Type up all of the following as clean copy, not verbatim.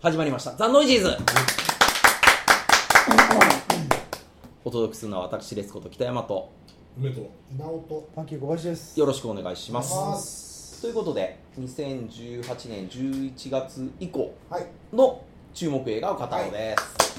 始まりましたザ・ノイジーズお届けするのは私レスこと北山と梅と稲尾とパンキー小林です。 よろしくお願いしまお願いしますということで2018年11月以降はいの注目映画を語ろうです、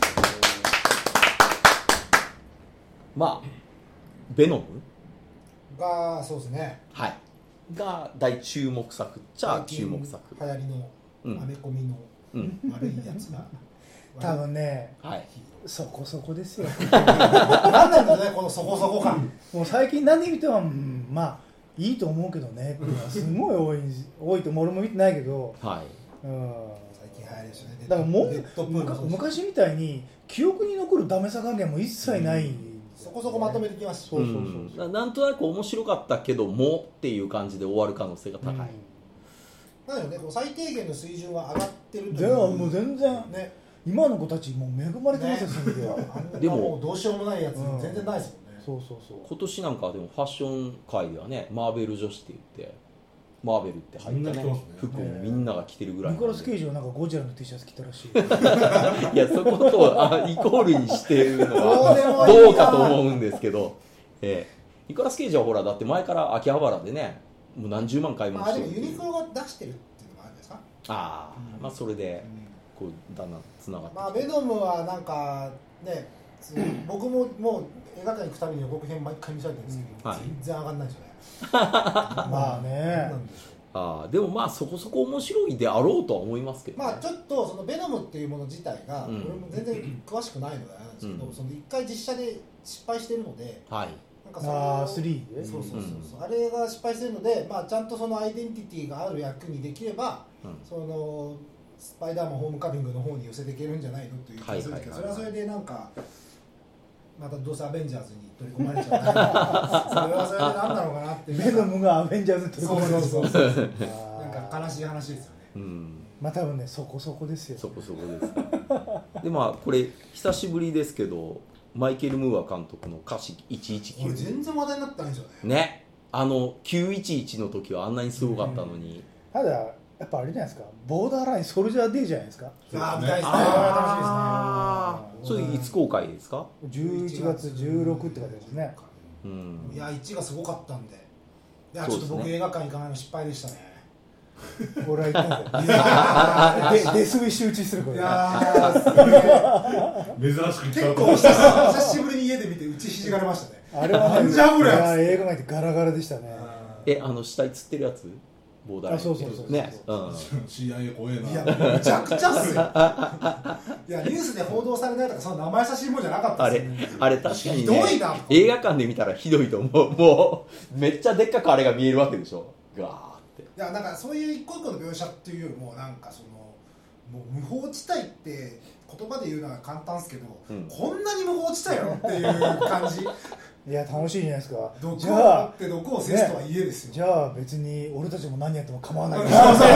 まあベノムがそうですねはいが大注目作っちゃ注目作流行りのうんアメコミのうん悪いやつが多分ね、 はいそこそこですよ。 なんなんだろうねこのそこそこ感もう最近何で見ても、まあいいと思うけどねっていうのはすごい多いと俺も見てないけど、 はい最近流行りですよねだからもデッドプールもそうです昔みたいに記憶に残るダメさ加減も一切ない、 そこそこまとめてきましたそうそうそうそう、 なんとなく面白かったけどもっていう感じで終わる可能性が高い、 なのでねこう最低限の水準は上がってるというでももう全然ね今の子たちもう恵まれてますよ、そういう意味では。 でももうどうしようもないやつ全然ないですもんねそうそうそう。 今年なんかでもファッション界ではねマーベル女子って言ってマーベルって入ったねみんな着てますね服もみんなが着てるぐらいニコラス・ケイジはなんかゴジラの T シャツ着たらしい。 いやそことイコールにしてるのどうでもはいいなどうかと思うんですけど、ニコラス・ケイジはほらだって前から秋葉原でねもう何十万回もまあしてるでもユニクロが出してるっていうのもあるんですかああ、まあそれでこうだんだんつながってまあベノムはなんかね僕ももう映画館に行くたびに予告編毎回見されてるんですけど、 はい全然上がんないですよねまあねなんでしょでもまあそこそこ面白いであろうとは思いますけど、ね、 まあちょっとそのベノムっていうもの自体が、 うん俺も全然詳しくないのであれなんですけど、 うんその一回実写で失敗してるのではいなんかそれをああ3でそうそうそうそう、あれが失敗してるので、まあ、ちゃんとそのアイデンティティがある役にできれば、そのスパイダーマンホームカミングの方に寄せていけるんじゃないのという気がするけど、それはそれでなんかまたどうせアベンジャーズに取り込まれちゃうからそれはそれで何なのかなってベノムがアベンジャーズってそうそうそうそうあーなんか悲しい話ですよね。 うんまあ多分ねそこそこですよ。 そこそこですでまあこれ久しぶりですけどマイケル・ムーア監督の歌詞俺 119 全然話題になってないんですよね。 ね911の時はあんなにすごかったのに、 ただやっぱあれじゃないですか、ボーダーラインソルジャーデイじゃないですか。 ああ見たいですね。 あ楽しいですね。 それいつ公開ですか？ 11月16って書いてですね。 うんいや1がすごかったんで、いやちょっそうですねと僕映画館行かないの失敗でしたね。 俺は言ったんだよ。 いやーデスウィッシュ打ちするこれ。 いやーすげえ珍しく来た結構久しぶりに家で見て打ちひしがれましたね。 あれはね、 なんじゃこりゃいや映画館でガラガラでしたね。 下に釣ってるやつボーダーラインあそうそうそうね、 CIA 怖えいなやめちゃくちゃっすよ。いやニュースで報道されないとかその生優しいもんじゃなかったあれですよね。 あれ確かにねひどいな映画館で見たらひどいと思うもうめっちゃでっかくあれが見えるわけでしょガーっていやなんかそういう一個一個の描写っていうよりもなんかそのもう無法地帯って言葉で言うのは簡単ですけど、こんなに無法地帯やろっていう感じ。 いや楽しいじゃないですか。 毒じゃあをって毒を制すとはいえですよ。 じゃあ別に俺たちも何やっても構わない。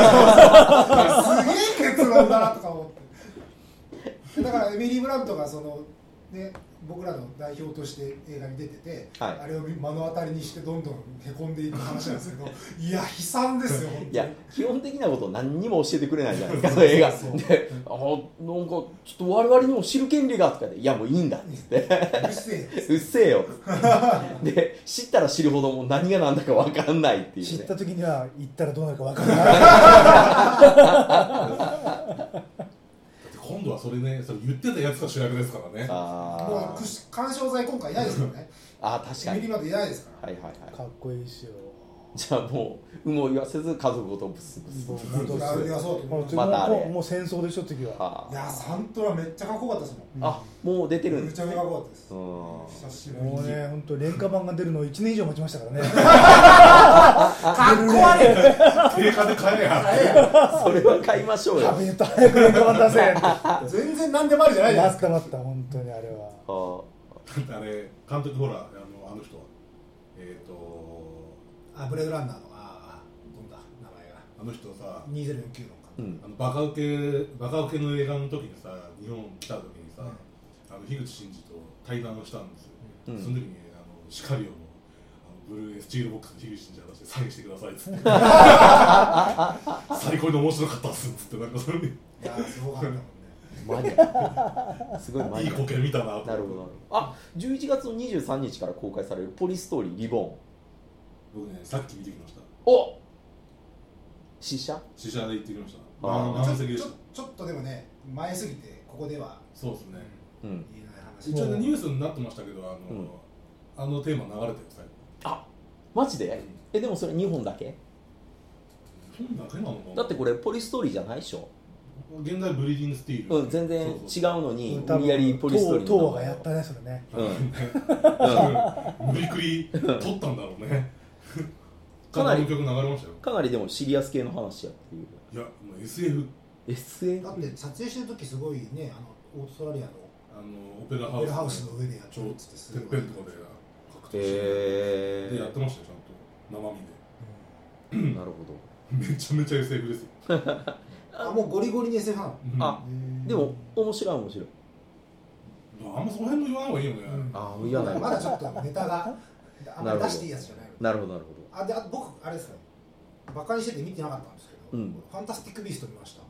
すげえ結論だなとか思ってだからエミリー・ブラントがそのね僕らの代表として映画に出てて、 はいあれを目の当たりにしてどんどんへこんでいく話なんですけどいや悲惨ですよ本当に。 いや基本的なことを何にも教えてくれないじゃないですか映画そうでなんかちょっと我々にも知る権利がとかでいやもういいんだっつってうるせえうっせえよで知ったら知るほどもう何が何だか分かんないっていうね知った時には行ったらどうなるか分からない。 今度はそれねそれ言ってたやつが主役ですからねもう緩衝材今回いないですからね確かにエミリー・ブラントいないですからはいはいはいかっこいいですよ。 じゃあもう有無を言わせず家族ごとブスブスもういやそうと思いますまたあれもう戦争でしょ次は。 いやサントラめっちゃかっこよかったですもんもう出てるんですめちゃめちゃかっこよかったですうん久しぶりにもうね本当廉価版が出るのを1年以上待ちましたからね。 かっこ悪い定価で買えやそれは買いましょうよ食べた早く廉価版出せって全然何でもありじゃないじゃないですか待った本当にあれは。 あれ監督ほらあの人ブレードランナーのどんだ名前があの人さ 2049のバカウケの映画の時にさ日本来た時にさ、樋口真嗣と対談をしたんですよ、その時にシカリオのブルースチールボックスで樋口真嗣出してサインしてくださいっつって最高に面白かったっすっつってなんかそれにいやすごかったもんねマニアすごいマニアいい光景見たなと思って。 なるほど。あ、11月の23日から公開されるポリストーリーリボーン。 僕ねさっき見てきました。 お試写試写で行ってきました。 あー満席でした。 ちょっとでもね前すぎてここではそうですね。 うん。 言えない話一応ねニュースになってましたけどあのテーマ流れてる最後。 あ、マジででもそれ2本だけそんだけなのかな。 だってこれポリストーリーじゃないでしょ。 現代ブリーディングスティール。 うん、全然違うのに多分無理やりポリストーリーの名前を東がやったねそれね無理くり撮ったんだろうね。 かなりの曲流れましたよ。 かなりでもシリアス系の話やっていういやもう SF SF だって撮影してる時すごいねオーストラリアのオペラオペラハウスの上でやってるっつってすてっごいぺんとかで格闘してでやってましたよちゃんと生身で。 なるほめちゃめちゃ SF ですよ。 あもうゴリゴリに SF なのあでも面白い面白いあんまその辺も言わない方がいいよね。 あ言わないまだちょっとネタがあんまり出していいやつじゃないのなるほどなるほあであと僕あれですねバカにしてて見てなかったんですけど、 うんファンタスティック・ビースト見ました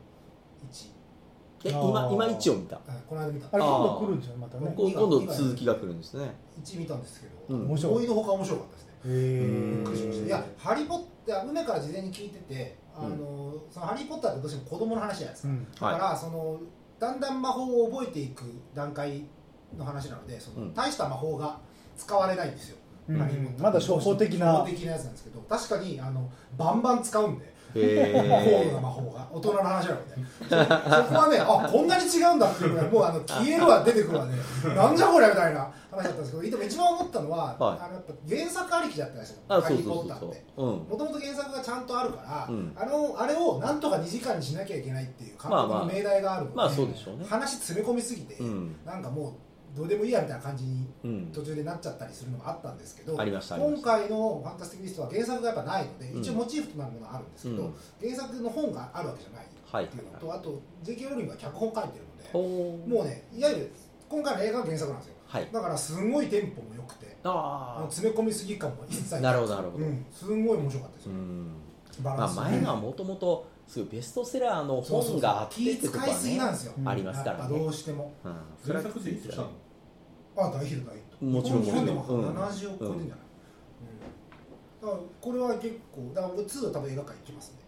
1、 ど今1を見たこの間見たあれ今度来るんですよまたねこ今度続きが来るんですね 1見たんですけど、 うん面白い思いのほか面白かったですねへうんびっくりしましたいやハリー・ポッター梅から事前に聞いててそのハリー・ポッターってどうしても子供の話じゃないですか、だからそのだんだん魔法を覚えていく段階の話なのでその、大した魔法が使われないんですよ、ハリーポッターまだ初歩的な初歩的なやつなんですけど確かにバンバン使うんで高度な魔法が大人の話なのでそこはねあこんなに違うんだっていうぐらいもう消えるわ出てくるわねなんじゃこれみたいな話だったんですけどでも一番思ったのは、 はいやっぱ原作ありきだったんですよあハリー・ポッターってもともと原作がちゃんとあるから、あれをなんとか2時間にしなきゃいけないっていう監督の命題があるので、 そうでしょうね話詰め込みすぎて、なんかもうどうでもいいやみたいな感じに途中でなっちゃったりするのがあったんですけど、 ありました今回の「ファンタスティック・ビースト」は原作がやっぱないので、一応モチーフとなるものがあるんですけど、原作の本があるわけじゃないっていうのと、あと J.K. ローリングが脚本書いてるのでもうねいわゆる今回の映画が原作なんですよ、だからすごいテンポも良くて詰め込みすぎ感も一切なるほどなるほど、 すごい面白かったですよ、バランス前のはもともとすごいベストセラーの本があってってとこはね気使いすぎなんですよ、 ありますからねどうしても、 原作でヒットしたの？ 大ヒット大ヒットもちろん日本でも70億超えてんじゃない、だからこれは結構だから2は多分映画館行きますね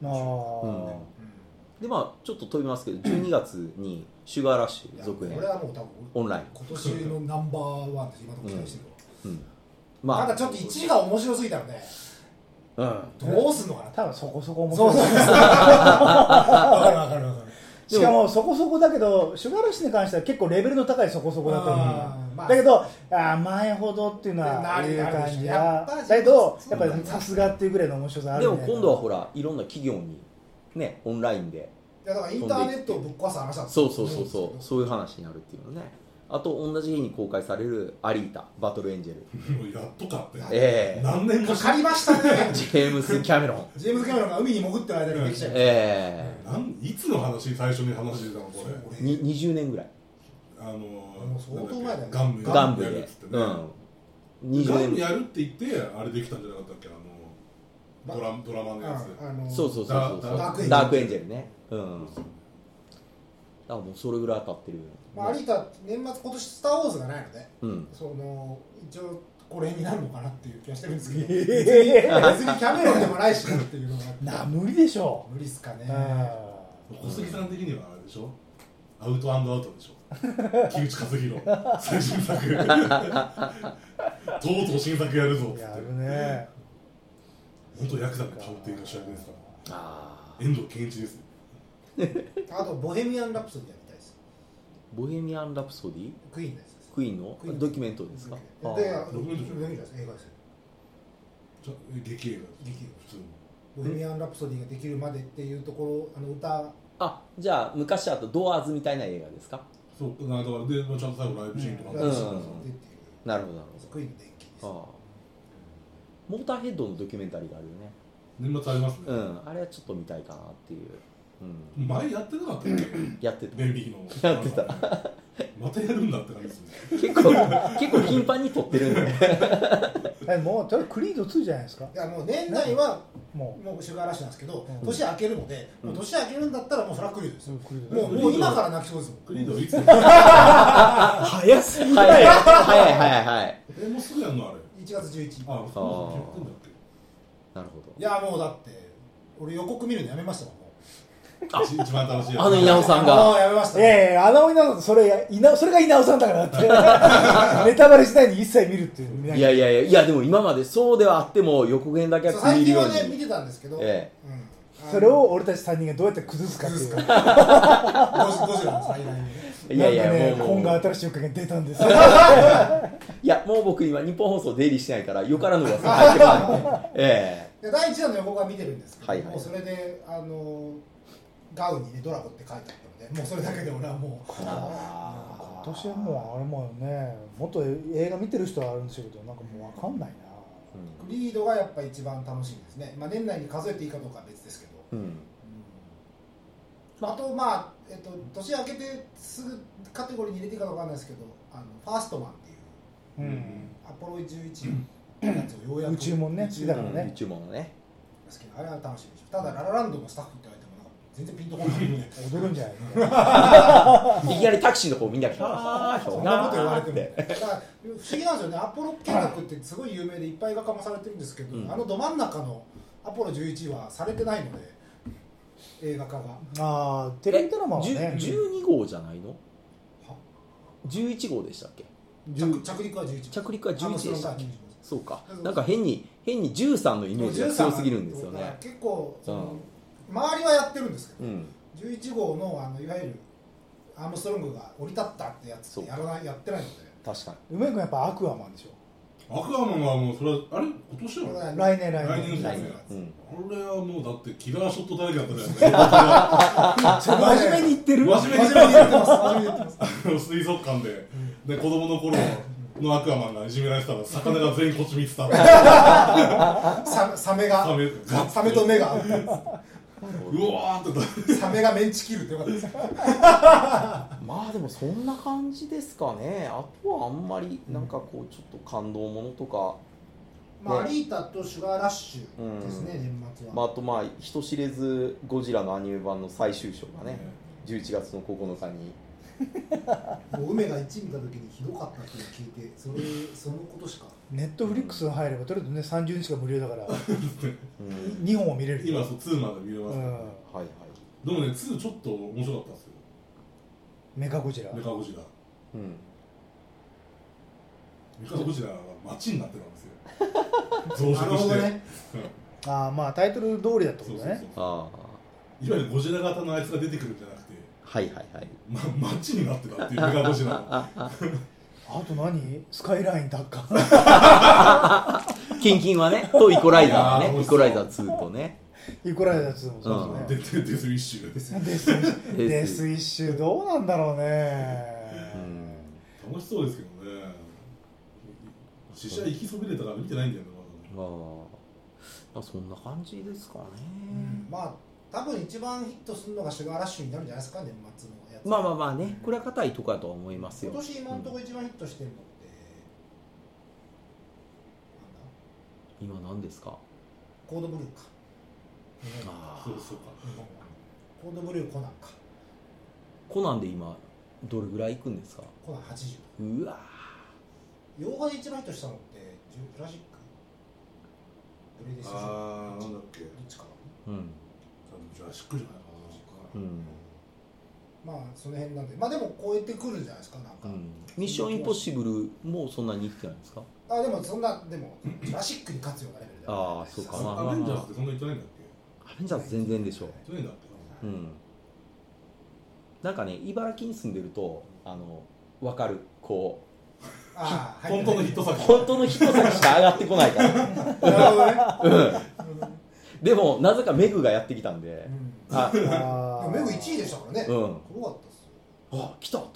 でちょっと飛びますけど12月にシュガーラッシュ続編これはもう多分オンライン今年のナンバーワンです今のところ期待してるのただちょっと1位が面白すぎたのでどうすんのかな多分そこそこ面白いわかるわかるしかもそこそこだけどシュガーラッシュに関しては結構レベルの高いそこそこだと思うだけど前ほどっていうのはいう感じがだけどやっぱりさすがっていうぐらいの面白さあるでも今度はほらいろんな企業にねオンラインでいやだからインターネットをぶっ壊す話だったそういう話になるっていうのねあと同じ日に公開されるアリータバトルエンジェルやっとかって何年もかかりましたねジェームス・キャメロンが海に潜ってる間にできちゃういつの話最初に話してたのこれ 20年ぐらい相当前だよねガンムやるっつってねガンムやるって言ってあれできたんじゃなかったっけドラマのやつそうダークエンジェルねだからもうそれぐらい当たってるアリータ年末今年スター・ウォーズがないので一応これになるのかなっていう気がしてるんですけど別にキャメロンでもないしなっていうのが無理でしょ無理っすかね小杉さん的にはあれでしょアウト&アウトでしょ木内和弘最新作とうとう新作やるぞっつってやるね本当ヤクザの探偵が主役ですから遠藤憲一ですねあとボヘミアン・ラプソディやりたいですボヘミアン・ラプソディクイーンのやつですクイーンのドキュメントですかドキュメントです映画ですよ劇映画普通ボヘミアン・ラプソディができるまでっていうところ歌じゃあ昔あとドアーズみたいな映画ですかそうだからでちゃんと最後ライブシーンとかなるほどクイーンの電気ですモーターヘッドのドキュメンタリーがあるよね年末ありますねあれはちょっと見たいかなっていう前やってなかったっけやってたベンビーのやってたまたやるんだって感じですね結構頻繁に撮ってるんでもうとりあえずクリード2じゃないですか。 いやもう年内はもうシュガーラッシュなんですけど、年明けるので、もう年明けるんだったらもうそれはクリードですよ。もう今から泣きそうですもん。 クリードいつ早すぎ早いはい。 もうすぐやんのあれ。 1月11日。 あ、そうなるほど。 いやもうだって俺予告見るのやめましたもん。 一番楽しいやつ。 稲尾さんが。 やめました。 稲尾さんそれが稲尾さんだからってネタバレしないに一切見るっていう。 いやでも今までそうではあっても予告編だけは最近はね見てたんですけど、 それを俺たち3人がどうやって崩すかっていう。 ゴジラの最大に。 いや今後新しい予告編出たんですよ。 いやもう僕今日本放送出入りしてないからよからぬ噂入ってますね。 第1弾の予告は見てるんですけど、 はいはい、 もうそれでガウンにねドラゴって書いてあったので、もうそれだけで俺はもう今年はもうあれもね、もっと映画見てる人はあるんでしょうけど、なんかもう分かんないな。 クリードがやっぱ一番楽しみですね。まあ年内に数えていいかどうかは別ですけど、あと年明けてすぐカテゴリーに入れていいか分かんないですけど、ファーストマンっていう、アポロ11のやつをようやく宇宙門ね、だからね。 宇宙門ね。 ですけど、あれは楽しみです。ただララランドのスタッフって言われても全然ピンとこないので踊るんじゃないいきなりタクシーの方みんなそんなこと言われてもだから不思議なんですよね。アポロ計画ってすごい有名でいっぱい映画化もされてるんですけど、ど真ん中のアポロ11はされてないので映画化が。 テレビドラマはね 12号じゃないの？11号でしたっけ？ 着陸は11。 着陸は11でしたっけ？そうか。なんか変に13のイメージが強すぎるんですよね。 結構周りはやってるんですけど、11号のいわゆるアームストロングが降り立ったってやつってやってないので。 確かに。 梅君やっぱアクアマンでしょ。 アクアマンはもうそれはあれ今年は来年あれはもうだってキラーショットだらけだったじゃないですか。 真面目に言ってる。 真面目に言ってます。水族館で子供の頃のアクアマンがいじめられてたら魚が全員こっち見てた。 サメと目が合ってうわーってサメがメンチ切るってよかったです。 まあでもそんな感じですかね。あとはあんまりなんかこうちょっと感動ものとか、 アリータとシュガーラッシュですね、年末は。 あと人知れずゴジラのアニメ版の最終章がね、11月の9日にもう梅が1見た時にひどかったって聞いて、そのことしか。 ネットフリックスが入ればとりあえずね30日が無料だから2本を見れる。 今そう2まで見れますから。はいはい。 でもね2ちょっと面白かったんですよ。 メカゴジラ。 メカゴジラは街になってたんですよ。増殖して。ね。 まあタイトル通りだったことね。 いわゆるゴジラ型のあいつが出てくるんじゃなくて、街になってたっていうメカゴジラ。 あと何？スカイライン奪還。 キンキンはね、とイコライザーね、イコライザー2とね。 イコライザー2もそうですね。 デスイッシュ。 デスイッシュどうなんだろうね。 楽しそうですけどね。試写行きそびれたから見てないんだよね。 まあそんな感じですかね。 多分一番ヒットするのがシュガーラッシュになるんじゃないですか、年末のやつ。 まあね、これは硬いところだと思いますよ。 今年今のところ一番ヒットしてるのって、 今何ですか？ コードブルーか。 そうか。 コードブルーコナンか。 コナンで今どれぐらいいくんですか？ コナン80。 うわ。 洋画で一番ヒットしたのってジュラシック。ブレイデスショー。 なんだっけ。 どっちかな。 ジュラシックじゃないかな。 その辺なんで、でも超えてくるんじゃないですか、なんか。 ミッションインポッシブルもそんなにいってないんですか？ でもジュラシックに勝つようなレベルで。 そうか。 アベンジャーズってそんなにいってないんだっけ？ アベンジャーズ全然でしょ。 去年だっけ？ なんかね、茨城に住んでると分かる、こう本当のヒット作しか上がってこないから。なるほどね。でもなぜかメグがやってきたんで、 メグ1位でしたからね。すごかったですよ。来たと思って、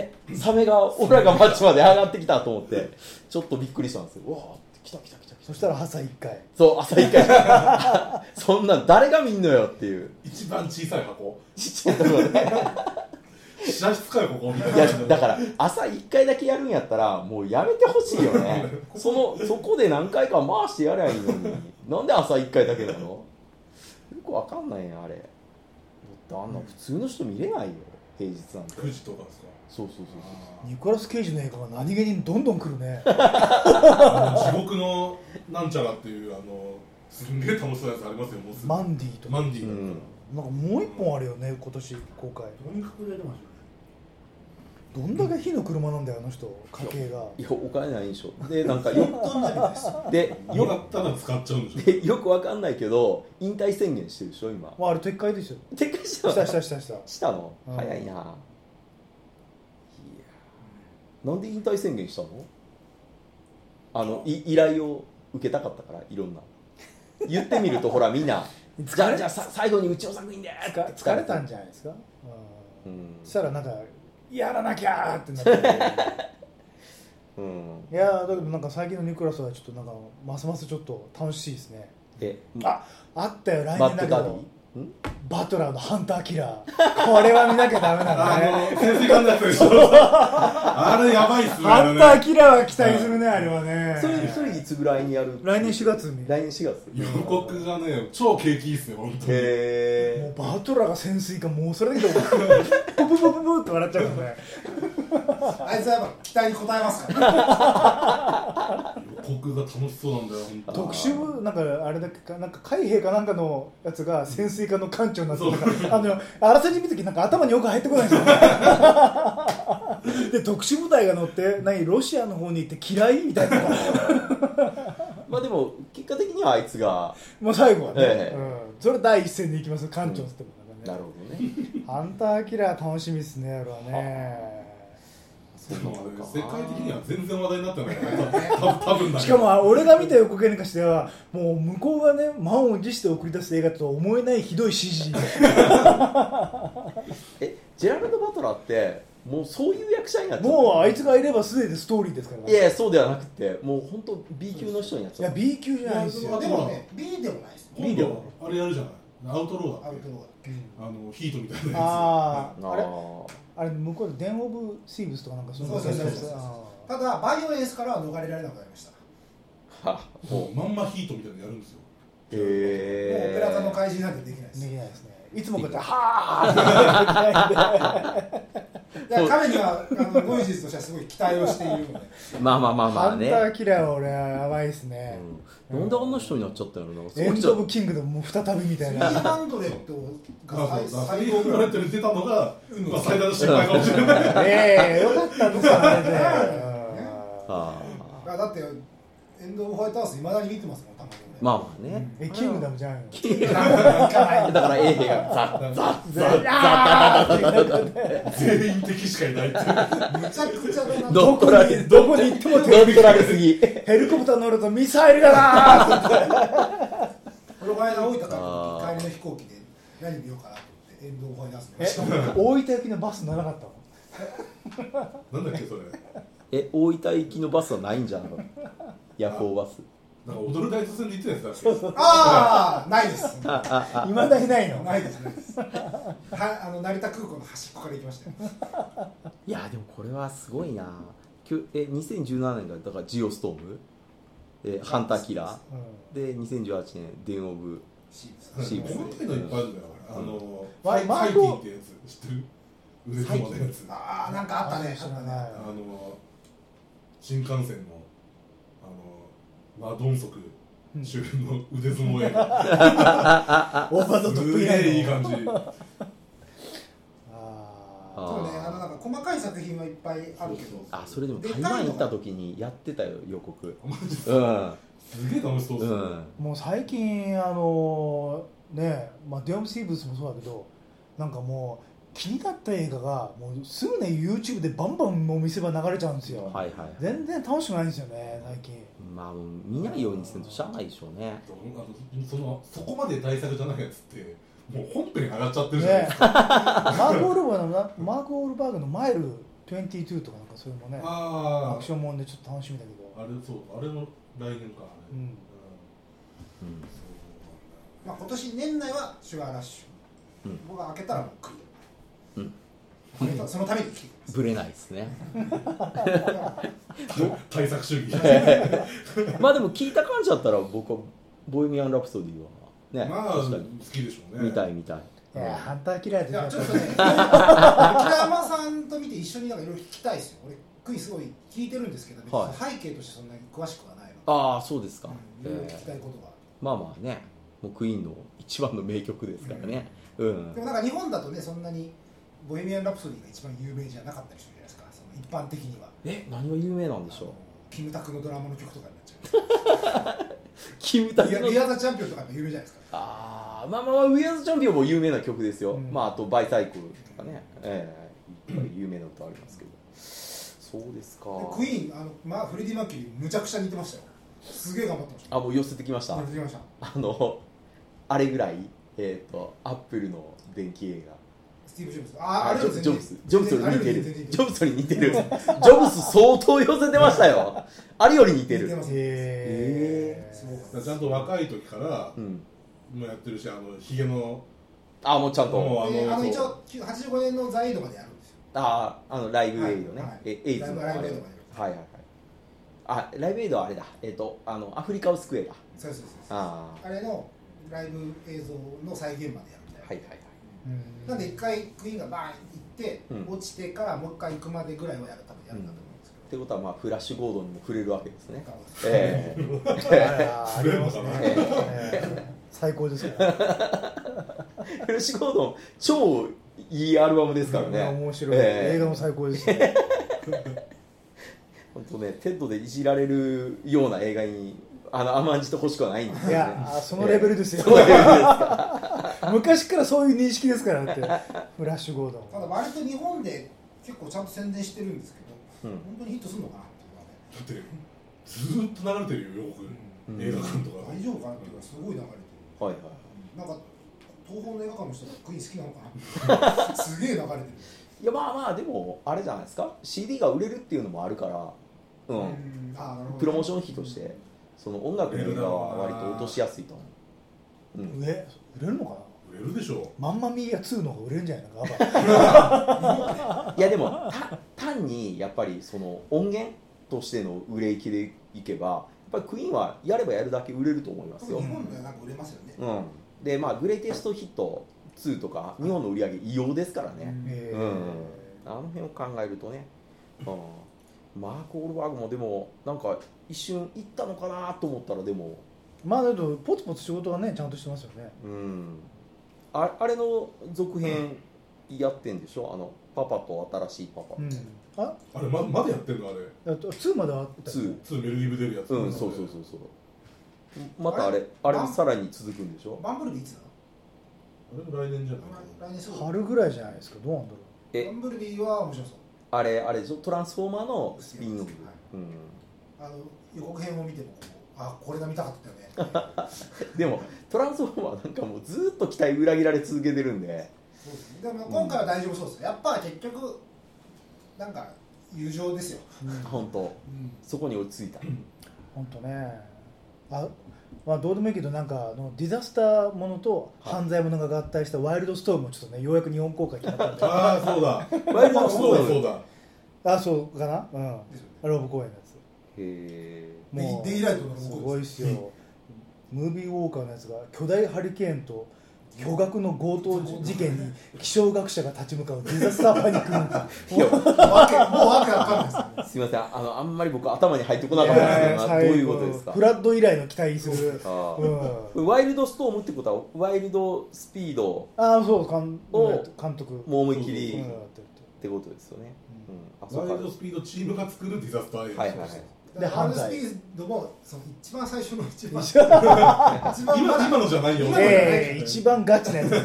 サメが俺らがマッチまで上がってきたと思ってちょっとびっくりしたんですよ。わー来た。 そしたら朝1回。 そう、朝1回。そんな誰が見んのよっていう。 一番小さい箱。 ちっちゃいところね。 試室かよここみたいいやだから朝1回だけやるんやったらもうやめてほしいよねそこで何回か回してやればいいのになんで朝1回だけなのよくわかんないねあれだってあんな普通の人見れないよ平日なんて 9時とかですかそうニコラス・ケイジの映画が何気にどんどん来るね地獄のなんちゃらっていうすんげえ楽しそうなやつありますよもうすぐマンディとかマンディうんなんかもう一本あるよね今年公開とにかく出てますよね。 どんだけ火の車なんだよあの人家系がいやお金ないんでしょでなんかよどんなみですでもらったら使っちゃうんでしょでよくわかんないけど引退宣言してるでしょ今まああれ撤回ですよ撤回したのしたの、 うん早いな、いやなんで引退宣言したの依頼を受けたかったからいろんな言ってみるとほらみんなじゃあ最後にうちの作品で疲れたんじゃないですか、 うんそしたらなんかやらなきゃーってなってうんいやだけどなんか最近のニコラスはちょっとなんかますますちょっと楽しいですねあったよ来年だけバッドダデどィんバトラーのハンターキラーこれは見なきゃダメなんだね潜水艦のやつでしょあれやばいっすねハンターキラーは期待するねあれはねそれいつぐらいにやる来年4月に来年4月予告がね超景気いいっすよ本当にもへうバトラーが潜水艦もうそれだけでポポポポポって笑っちゃうからねあいつはやっぱ期待に応えますからね。 予告が楽しそうなんだよ本当特殊部なんかあれだけかなんか海兵かなんかのやつが潜水艦の艦長になってなんかあらすじ見るときなんか頭によく入ってこないんですよで特殊部隊が乗ってロシアの方に行って嫌いみたいなまあでも結果的にはあいつがもう最後はね、 ええそれ第一線で行きます艦長っつってもなるほどねハンターキラー楽しみですねあれはねでも世界的には全然話題になってない多分だけどしかも俺が見た予告編に関してはもう向こうがね満を持して送り出す映画とは思えないひどい CG ジェラルド・バトラーってもうそういう役者になっちゃったもうあいつがいれば全てストーリーですから、 いやそうではなくてもう本当 B 級の人になっちゃった B 級じゃないですよでもね B でもないです。 今度あれやるじゃないアウトローだっけアウトローヒートみたいなやあれ向こうでデン・オブ・シーブスとかなんかそういうのそうただバイオレンスからは逃れられなくなりました。 はつもうまんまヒートみたいなのやるんですよもうオペラ座の怪人なんてできないです。 できないですねいつもこうやってはいや彼にはゴイジスとしてはすごい期待をしているのでまあハンねターキラーは俺はやばいですね、 なんであんな人になっちゃったのなエンド・オブ・キングでも再びみたいな 300が最高ぐらいで出たのが最大の失敗かもしれないよかったんですよあれでだってエンド・オブ・ホワイトハウスいまだに見てますもんたまに俺。 まあねキングダムじゃんよだから A がザ全員敵しかいないっていうめちゃくちゃだな。 どこに行っても乗っ取られすぎヘリコプター乗るとミサイルだなこの前の大分から帰りの飛行機で何見ようかなと思ってエンド・オブ・ホワイトハウスの大分行きのバス乗らなかったのなんだっけそれ大分行きのバスはないんじゃん夜行バスなんか踊る大都線で行ってたやつだっけああないですいまだにないのないですは成田空港の端っこから行きましたよ。 いやでもこれはすごいな2017年がだからジオストームハンターキラーで2018年デン・オブ・シーブス細かいのいっぱいあるんだよマファイティってやつ知ってる腕相撲のやつああなんかあったね新幹線のマドンソク主演の腕相撲映画オーバードトップ以来のいい感じそうねなんか細かい作品はいっぱいあるけどそれでも台湾行った時にやってたよ予告すげえ楽しそうですねもう最近ねまあデン・オブ・シーブスもそうだけどなんかもう気になった映画がもうすぐね YouTube でバンバンもう見せ場流れちゃうんですよ、全然楽しくないんですよね最近まあ見ないようにするとしゃあないでしょうねそこまで大作じゃないやつってもう本編に上がっちゃってるじゃないですか、 マーク・オールバーグのマイル22とかなんかそれもねアクションもんでちょっと楽しみだけどあれも来年かまあ今年年内はシュガーラッシュ僕が開けたらもう来るそのためにぶれないですね対策主義まあでも聞いた感じだったら僕はボヘミアン・ラプソディはね、 まあ好きでしょうね。 見たいいやハンター嫌いでいやちょっとね北山さんと見て一緒になんかいろいろ聞きたいですよ。俺クイズすごい聞いてるんですけど、 はい背景としてそんなに詳しくはないので、 ああそうですか、 いろいろ聞きたいことが、 まあまあねもうクイーンの一番の名曲ですからね、うんでもなんか日本だとねそんなにボヘミアン・ラプソディが一番有名じゃなかったりするじゃないですか、その一般的には。 何が有名なんでしょう。 キムタクのドラマの曲とかになっちゃうキムタクのウィア・ザ・チャンピオンとか有名じゃないですか。 ああまあまあウィアーズ・チャンピオンも有名な曲ですよ、まああとバイサイクルとかね、有名な歌ありますけど、そうですか。 クイーンまあフレディ・マーキュリーむちゃくちゃ似てましたよ。すげえ頑張ってました。 あもう寄せてきました。 寄せてきました。 あれぐらいアップルの電気映画スティーブ・ジョブズ。あれジョブズに似てる。ジョブズに似てる。ジョブズ相当寄せてましたよ。あれより似てる。 ちゃんと若い時からもやってるし、ヒゲのもうちゃんと一応85年のザ・エイドまでやるんですよ。 ライブエイドね、エイズのライブエイドまでやる。 はいはいはい。ライブエイドはあれだ、アフリカを救えだ。 そうあれのライブ映像の再現までやるみたいな。はいはいはい。なんで一回クイーンがバーン行って落ちてからもう一回行くまでぐらいは多分やるんだと思うんですけど。 ってことはまあフラッシュゴードンにも触れるわけですね。 ありますね。最高ですよ。 フラッシュゴードン超いいアルバムですからね。 面白い。映画も最高ですね。 本当ね、テッドでいじられるような映画に甘んじてほしくはないんですよね。 いやそのレベルですよ。昔からそういう認識ですからだってフラッシュゴードン。 ただ割と日本で結構ちゃんと宣伝してるんですけど、本当にヒットするのかなっていうのはね。 だってずーっと流れてるよ予告、映画館とか。 大丈夫かなっていうかすごい流れてる。 はいはい。 なんか東宝の映画館の人がクイーン好きなのかな。すげえ流れてる。 いやまあまあでもあれじゃないですか。CD が売れるっていうのもあるから、プロモーション費としてその音楽の映画は割と落としやすいと思う。 売れるのかな。 売れるでしょう。 マンマミーヤ2の方が売れるんじゃないか。 いやでも単にやっぱりその音源としての売れ行きでいけばやっぱりクイーンはやればやるだけ売れると思いますよ。 日本ではなんか売れますよね。 でまあグレイテストヒット2とか日本の売り上げ異様ですからね。あの辺を考えるとね、マーク・オールバーグもでもなんか一瞬行ったのかなと思ったらでもまあだけどポツポツ仕事がねちゃんとしてますよね。 あれの続編やってんでしょ、パパと新しいパパ、 あれまだやってるのあれ。 2まであった 2メルディブ出るやつ。 そうまたあれさらに続くんでしょ。 バンブルビーいつだ。 あれも来年じゃない。 来年春ぐらいじゃないですか。どうなんだろう。バンブルビーは面白そう。 あれでしょ、トランスフォーマーのスピンオフ。 予告編を見てもこれが見たかったよね。 でもトランスフォーマーなんかもうずっと期待裏切られ続けてるんで。 そうですね。でも今回は大丈夫そうですよ。やっぱ結局なんか友情ですよ。 本当。そこに落ち着いた。 本当ね。まあどうでもいいけどなんかディザスターものと犯罪ものが合体したワイルドストームもちょっとねようやく日本公開決まったんで。 ああそうだ。 ワイルドストーム。 そうだ。 そうかな。ロブ公演のやつ。 もうデイライトのすごいっすよ。ムービーウォーカーのやつが巨大ハリケーンと巨額の強盗事件に気象学者が立ち向かうディザスターパニックムービー。 もうわけわかんないです。 すみません、あんまり僕頭に入ってこなかったんですけど、どういうことですか。 フラッド以来の期待する。 ワイルドストームってことはワイルドスピードそう監督もう思い切りってことですよね。 ワイルドスピードチームが作るディザスター映画。 はいはいはい。 でハンドスピードもその一番最初の一番今のじゃないよ。 一番ガチなやつ。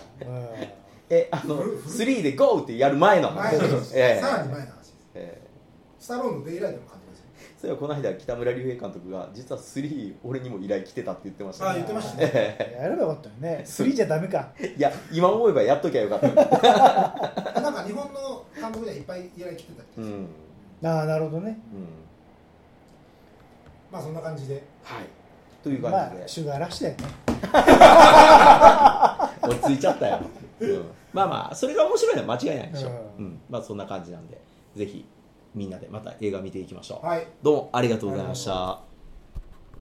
3で GO ってやる前の話。 さらに前の話です。スタローンのデイライトの監督ですよ。 それはこの間北村隆平監督が実は3俺にも依頼来てたって言ってましたね。 言ってましたね。 やればよかったよね。3じゃダメか。 いや今思えばやっときゃよかった。 なんか日本の監督ではいっぱい依頼来てたり。 なるほどね。 まあそんな感じで。 はい。という感じで。 シュガーラッシュだよね。 落ち着いちゃったよ。 まあまあそれが面白いのは間違いないでしょ、まあそんな感じなんでぜひみんなでまた映画見ていきましょう、どうもありがとうございました。